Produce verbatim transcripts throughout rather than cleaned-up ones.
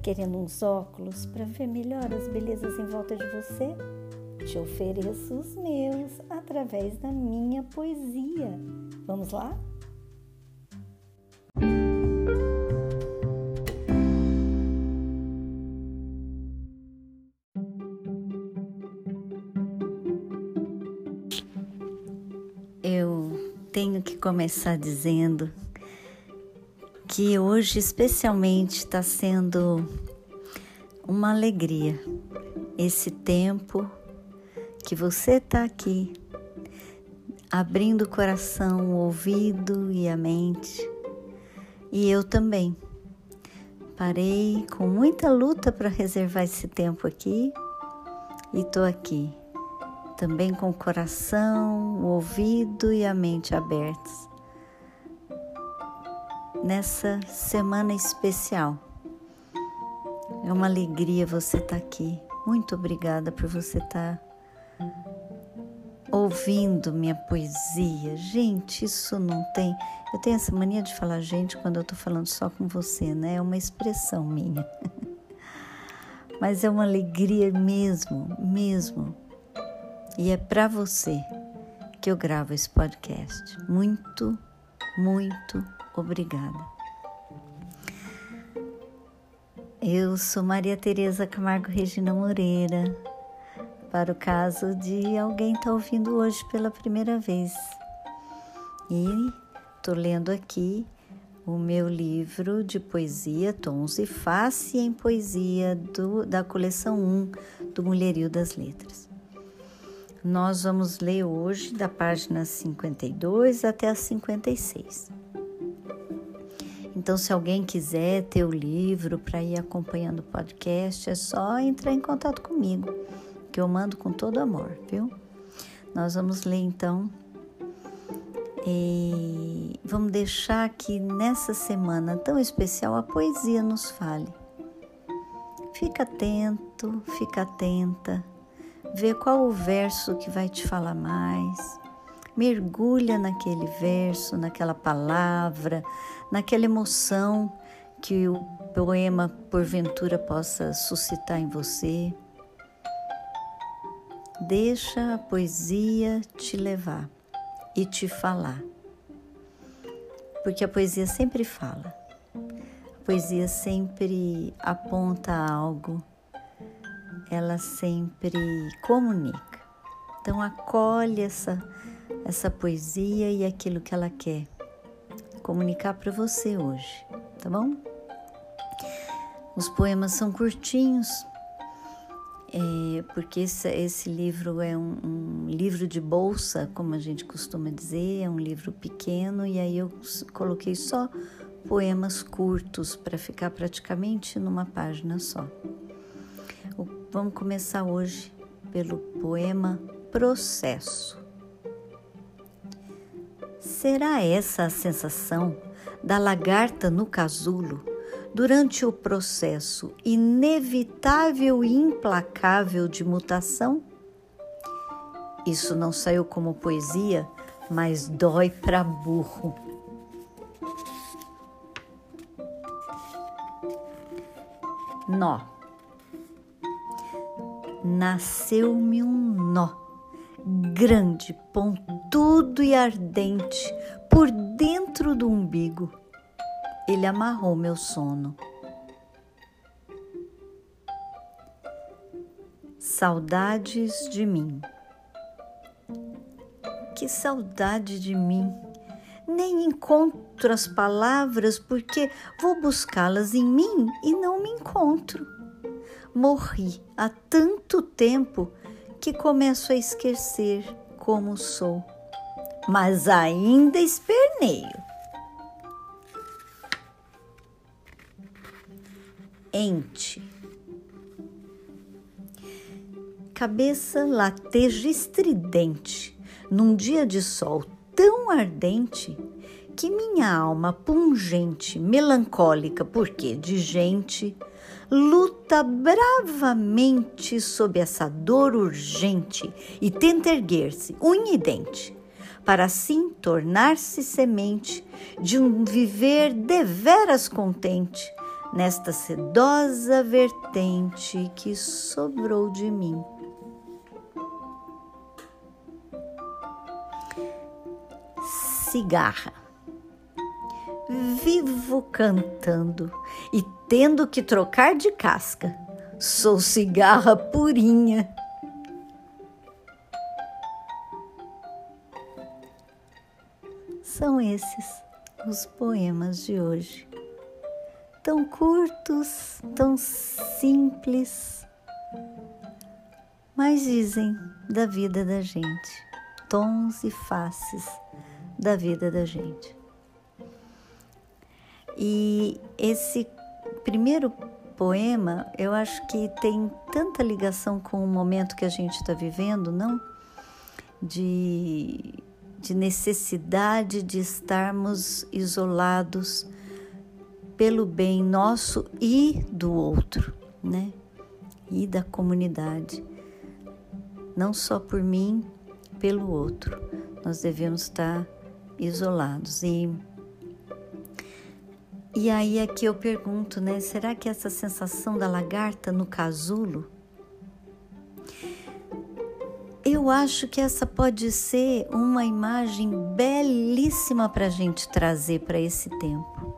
querendo uns óculos para ver melhor as belezas em volta de você? Te ofereço os meus através da minha poesia. Vamos lá? Eu tenho que começar dizendo que hoje especialmente está sendo uma alegria esse tempo que você está aqui, abrindo o coração, o ouvido e a mente, e eu também. Parei com muita luta para reservar esse tempo aqui e estou aqui, também com o coração, o ouvido e a mente abertos, nessa semana especial. É uma alegria você estar aqui. Muito obrigada por você estar ouvindo minha poesia. Gente, isso não tem... Eu tenho essa mania de falar gente quando eu estou falando só com você, né? É uma expressão minha. Mas é uma alegria mesmo, mesmo. E é para você que eu gravo esse podcast. Muito, muito obrigada. Eu sou Maria Tereza Camargo Regina Moreira, para o caso de alguém estar ouvindo hoje pela primeira vez. E estou lendo aqui o meu livro de poesia, Tons e Face em Poesia, do, da coleção um do Mulherio das Letras. Nós vamos ler hoje da página cinquenta e dois até a cinquenta e seis. Então, se alguém quiser ter o livro para ir acompanhando o podcast, é só entrar em contato comigo, que eu mando com todo amor, viu? Nós vamos ler então, e vamos deixar que nessa semana tão especial a poesia nos fale. Fica atento, fica atenta, vê qual o verso que vai te falar mais, mergulha naquele verso, naquela palavra, naquela emoção que o poema porventura possa suscitar em você. Deixa a poesia te levar e te falar, porque a poesia sempre fala, a poesia sempre aponta algo, ela sempre comunica. Então acolhe essa, essa poesia e aquilo que ela quer comunicar para você hoje, tá bom? Os poemas são curtinhos, É, porque esse, esse livro é um, um livro de bolsa, como a gente costuma dizer, é um livro pequeno, e aí eu coloquei só poemas curtos para ficar praticamente numa página só. O, vamos começar hoje pelo poema Processo. Será essa a sensação da lagarta no casulo durante o processo inevitável e implacável de mutação? Isso não saiu como poesia, mas dói pra burro. Nó. Nasceu-me um nó, grande, pontudo e ardente, por dentro do umbigo. Ele amarrou meu sono. Saudades de mim. Que saudade de mim. Nem encontro as palavras porque vou buscá-las em mim e não me encontro. Morri há tanto tempo que começo a esquecer como sou, mas ainda esperneio. Ente. Cabeça lateja estridente num dia de sol tão ardente que minha alma pungente, melancólica, porque de gente, luta bravamente sob essa dor urgente e tenta erguer-se, unha e dente, para assim tornar-se semente de um viver deveras contente nesta sedosa vertente que sobrou de mim. Cigarra. Vivo cantando e tendo que trocar de casca. Sou cigarra purinha. São esses os poemas de hoje. Tão curtos, tão simples, mas dizem da vida da gente, tons e faces da vida da gente. E esse primeiro poema, eu acho que tem tanta ligação com o momento que a gente está vivendo, não? De, de necessidade de estarmos isolados pelo bem nosso e do outro, né? E da comunidade. Não só por mim, pelo outro. Nós devemos estar isolados. E E aí aqui eu pergunto, né? Será que essa sensação da lagarta no casulo? Eu acho que essa pode ser uma imagem belíssima para a gente trazer para esse tempo.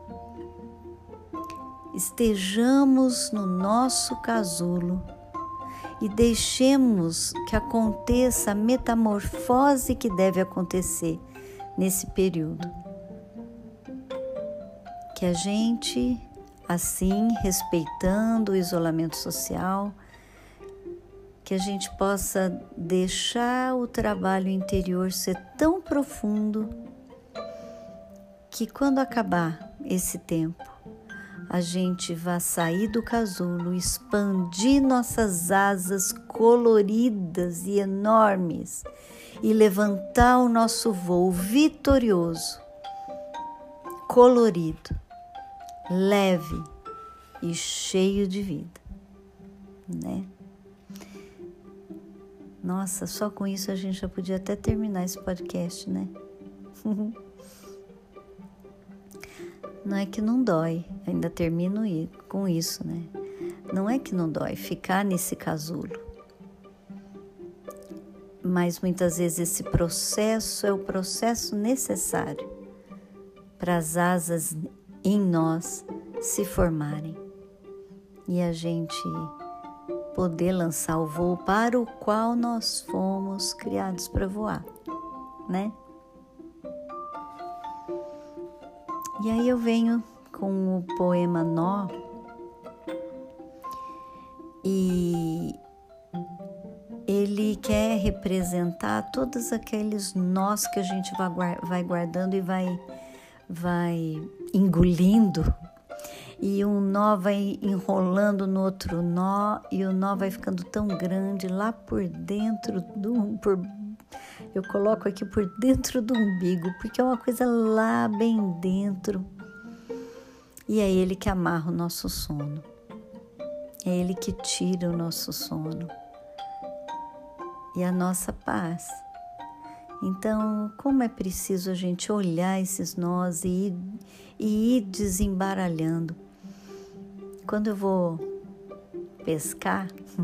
Estejamos no nosso casulo e deixemos que aconteça a metamorfose que deve acontecer nesse período. Que a gente, assim, respeitando o isolamento social, que a gente possa deixar o trabalho interior ser tão profundo que quando acabar esse tempo, a gente vai sair do casulo, expandir nossas asas coloridas e enormes e levantar o nosso voo vitorioso, colorido, leve e cheio de vida, né? Nossa, só com isso a gente já podia até terminar esse podcast, né? Não é que não dói, ainda termino com isso, né? Não é que não dói ficar nesse casulo, mas muitas vezes esse processo é o processo necessário para as asas em nós se formarem e a gente poder lançar o voo para o qual nós fomos criados para voar, né? E aí eu venho com o poema Nó e ele quer representar todos aqueles nós que a gente vai guardando e vai vai engolindo, e um nó vai enrolando no outro nó, e o nó vai ficando tão grande lá por dentro do... Por, eu coloco aqui por dentro do umbigo, porque é uma coisa lá bem dentro. E é ele que amarra o nosso sono. É ele que tira o nosso sono. E a nossa paz. Então, como é preciso a gente olhar esses nós e ir, e ir desembaralhando. Quando eu vou pescar,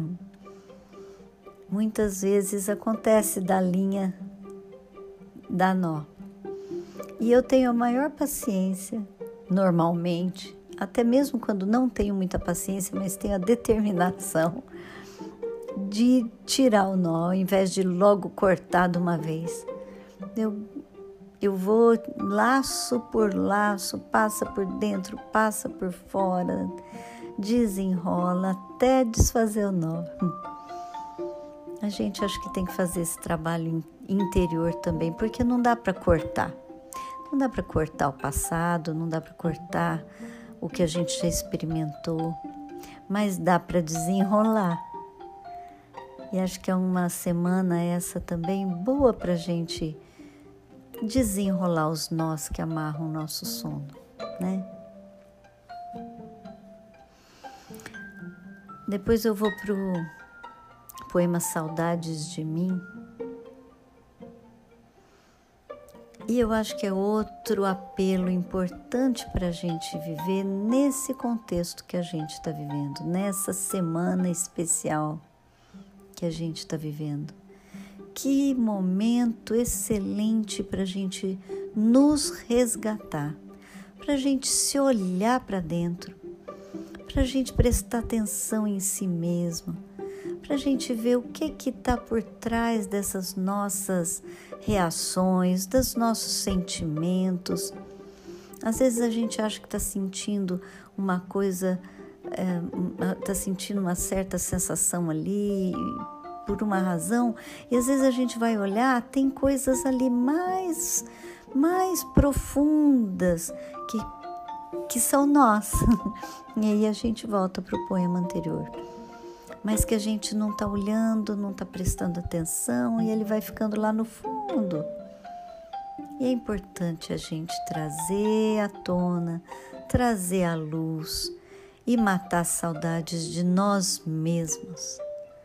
muitas vezes acontece da linha da nó. E eu tenho a maior paciência, normalmente, até mesmo quando não tenho muita paciência, mas tenho a determinação de tirar o nó, ao invés de logo cortar de uma vez. Eu, eu vou laço por laço, passa por dentro, passa por fora, desenrola até desfazer o nó. A gente acha que tem que fazer esse trabalho interior também, porque não dá para cortar. Não dá para cortar o passado, não dá para cortar o que a gente já experimentou, mas dá para desenrolar. E acho que é uma semana essa também boa para a gente desenrolar os nós que amarram o nosso sono, né? Depois eu vou pro poema Saudades de Mim. E eu acho que é outro apelo importante para a gente viver nesse contexto que a gente está vivendo, nessa semana especial que a gente está vivendo. Que momento excelente para a gente nos resgatar, para a gente se olhar para dentro, para a gente prestar atenção em si mesmo, para a gente ver o que que está por trás dessas nossas reações, dos nossos sentimentos. Às vezes a gente acha que está sentindo uma coisa, está é, sentindo uma certa sensação ali por uma razão, e às vezes a gente vai olhar, tem coisas ali mais, mais profundas que, que são nós. E aí a gente volta para o poema anterior. Mas que a gente não está olhando, não está prestando atenção e ele vai ficando lá no fundo. E é importante a gente trazer à tona, trazer à luz e matar saudades de nós mesmos.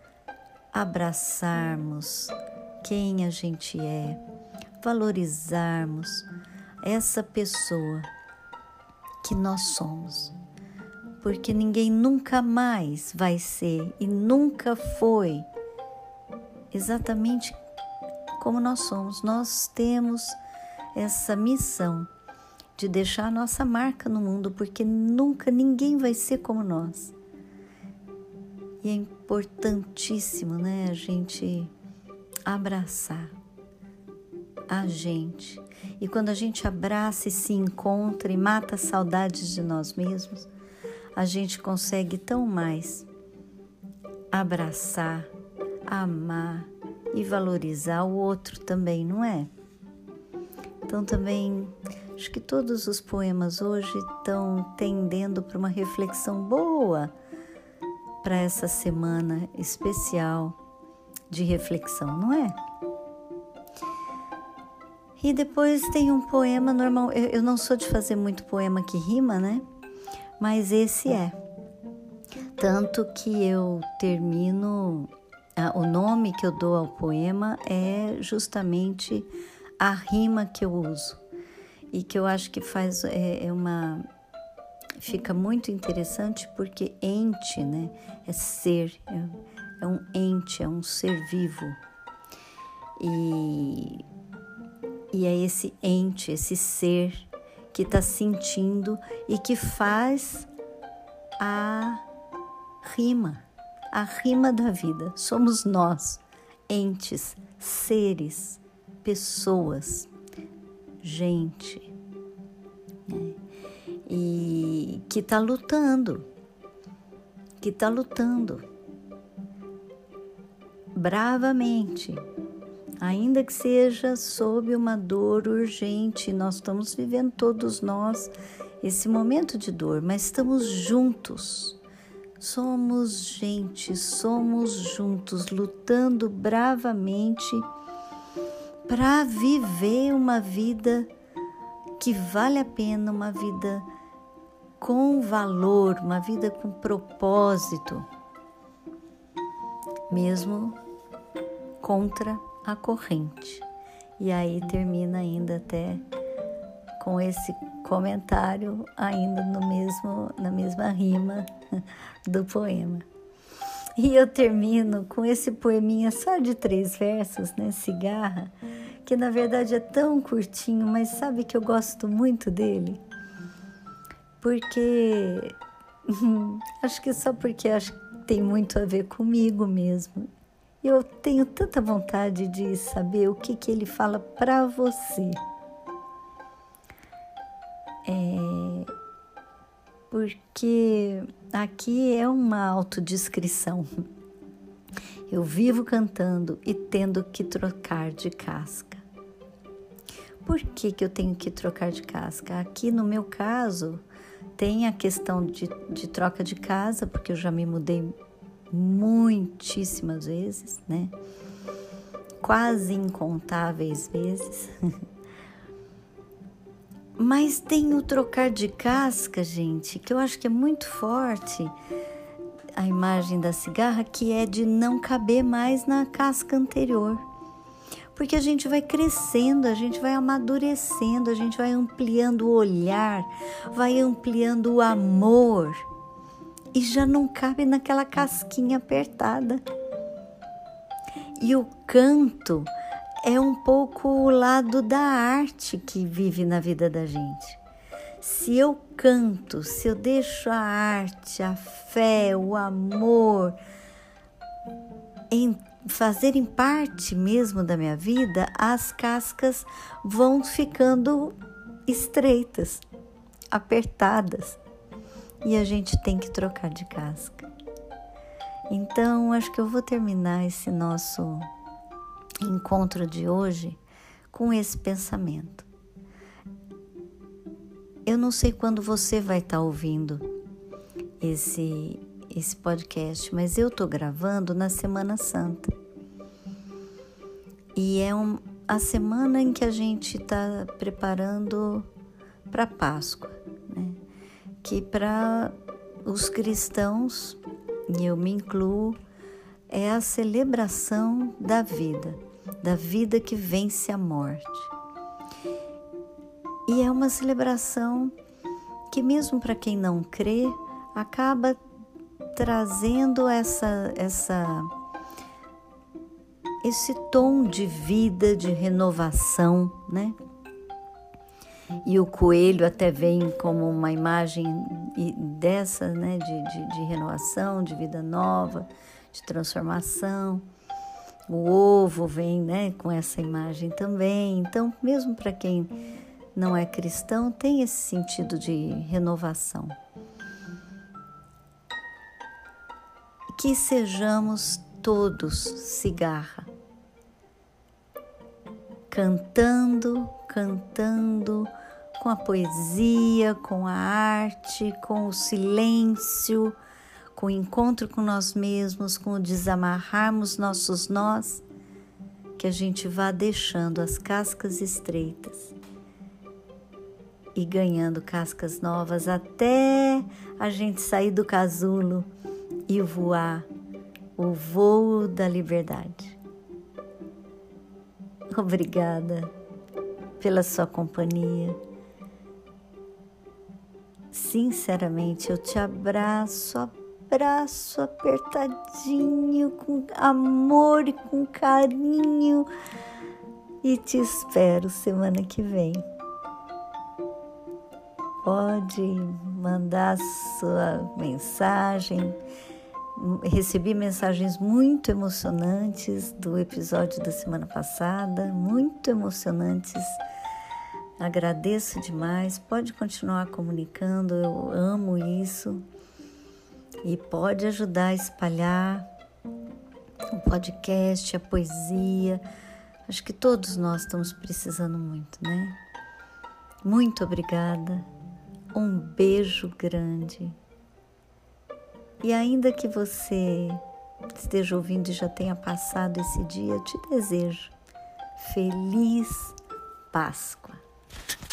Abraçarmos quem a gente é, valorizarmos essa pessoa que nós somos. Porque ninguém nunca mais vai ser e nunca foi exatamente como nós somos. Nós temos essa missão de deixar a nossa marca no mundo, porque nunca ninguém vai ser como nós. E é importantíssimo, né, a gente abraçar a gente. E quando a gente abraça e se encontra e mata saudades de nós mesmos, a gente consegue tão mais abraçar, amar e valorizar o outro também, não é? Então também, acho que todos os poemas hoje estão tendendo para uma reflexão boa para essa semana especial de reflexão, não é? E depois tem um poema normal, eu, eu não sou de fazer muito poema que rima, né? Mas esse é. Tanto que eu termino, ah, o nome que eu dou ao poema é justamente a rima que eu uso. E que eu acho que faz, é, é uma, fica muito interessante porque ente, né? É ser, é, é um ente, é um ser vivo. E, e é esse ente, esse ser que está sentindo e que faz a rima, a rima da vida. Somos nós, entes, seres, pessoas, gente, né? E que está lutando, que está lutando bravamente, ainda que seja sob uma dor urgente. Nós estamos vivendo, todos nós, esse momento de dor, mas estamos juntos. Somos gente, somos juntos, lutando bravamente para viver uma vida que vale a pena, uma vida com valor, uma vida com propósito, mesmo contra a corrente. E aí termina ainda até com esse comentário ainda no mesmo, na mesma rima do poema. E eu termino com esse poeminha só de três versos, né? Cigarra, que na verdade é tão curtinho, mas sabe que eu gosto muito dele? Porque, acho que só porque acho que tem muito a ver comigo mesmo. Eu tenho tanta vontade de saber o que, que ele fala para você. É, porque aqui é uma autodescrição. Eu vivo cantando e tendo que trocar de casca. Por que, que eu tenho que trocar de casca? Aqui no meu caso tem a questão de, de troca de casa, porque eu já me mudei muitíssimas vezes, né? Quase incontáveis vezes. Mas tem o trocar de casca, gente, que eu acho que é muito forte, a imagem da cigarra, que é de não caber mais na casca anterior. porque a gente vai crescendo, a gente vai amadurecendo, a gente vai ampliando o olhar, vai ampliando o amor e já não cabe naquela casquinha apertada. E o canto é um pouco o lado da arte que vive na vida da gente. Se eu canto, se eu deixo a arte, a fé, o amor em fazerem parte mesmo da minha vida, as cascas vão ficando estreitas, apertadas, e a gente tem que trocar de casca. Então, acho que eu vou terminar esse nosso encontro de hoje com esse pensamento. Eu não sei quando você vai estar ouvindo esse, esse podcast, mas eu estou gravando na Semana Santa. E é um, a semana em que a gente está preparando para a Páscoa, né? Que para os cristãos, e eu me incluo, é a celebração da vida, da vida que vence a morte. E é uma celebração que, mesmo para quem não crê, acaba trazendo essa, essa, esse tom de vida, de renovação, né? E o coelho até vem como uma imagem dessa, né? de, de, de renovação, de vida nova, de transformação. O ovo vem, né? com essa imagem também. Então, mesmo para quem não é cristão, tem esse sentido de renovação. Que sejamos todos cigarra, cantando, cantando, com a poesia, com a arte, com o silêncio, com o encontro com nós mesmos, com o desamarrarmos nossos nós, que a gente vá deixando as cascas estreitas e ganhando cascas novas até a gente sair do casulo e voar o voo da liberdade. Obrigada pela sua companhia. Sinceramente, eu te abraço, abraço apertadinho, com amor e com carinho, e te espero semana que vem. Pode mandar sua mensagem. Recebi mensagens muito emocionantes do episódio da semana passada, muito emocionantes. Agradeço demais. Pode continuar comunicando, eu amo isso. E pode ajudar a espalhar o podcast, a poesia. Acho que todos nós estamos precisando muito, né? Muito obrigada. Um beijo grande. E ainda que você esteja ouvindo e já tenha passado esse dia, eu te desejo feliz Páscoa.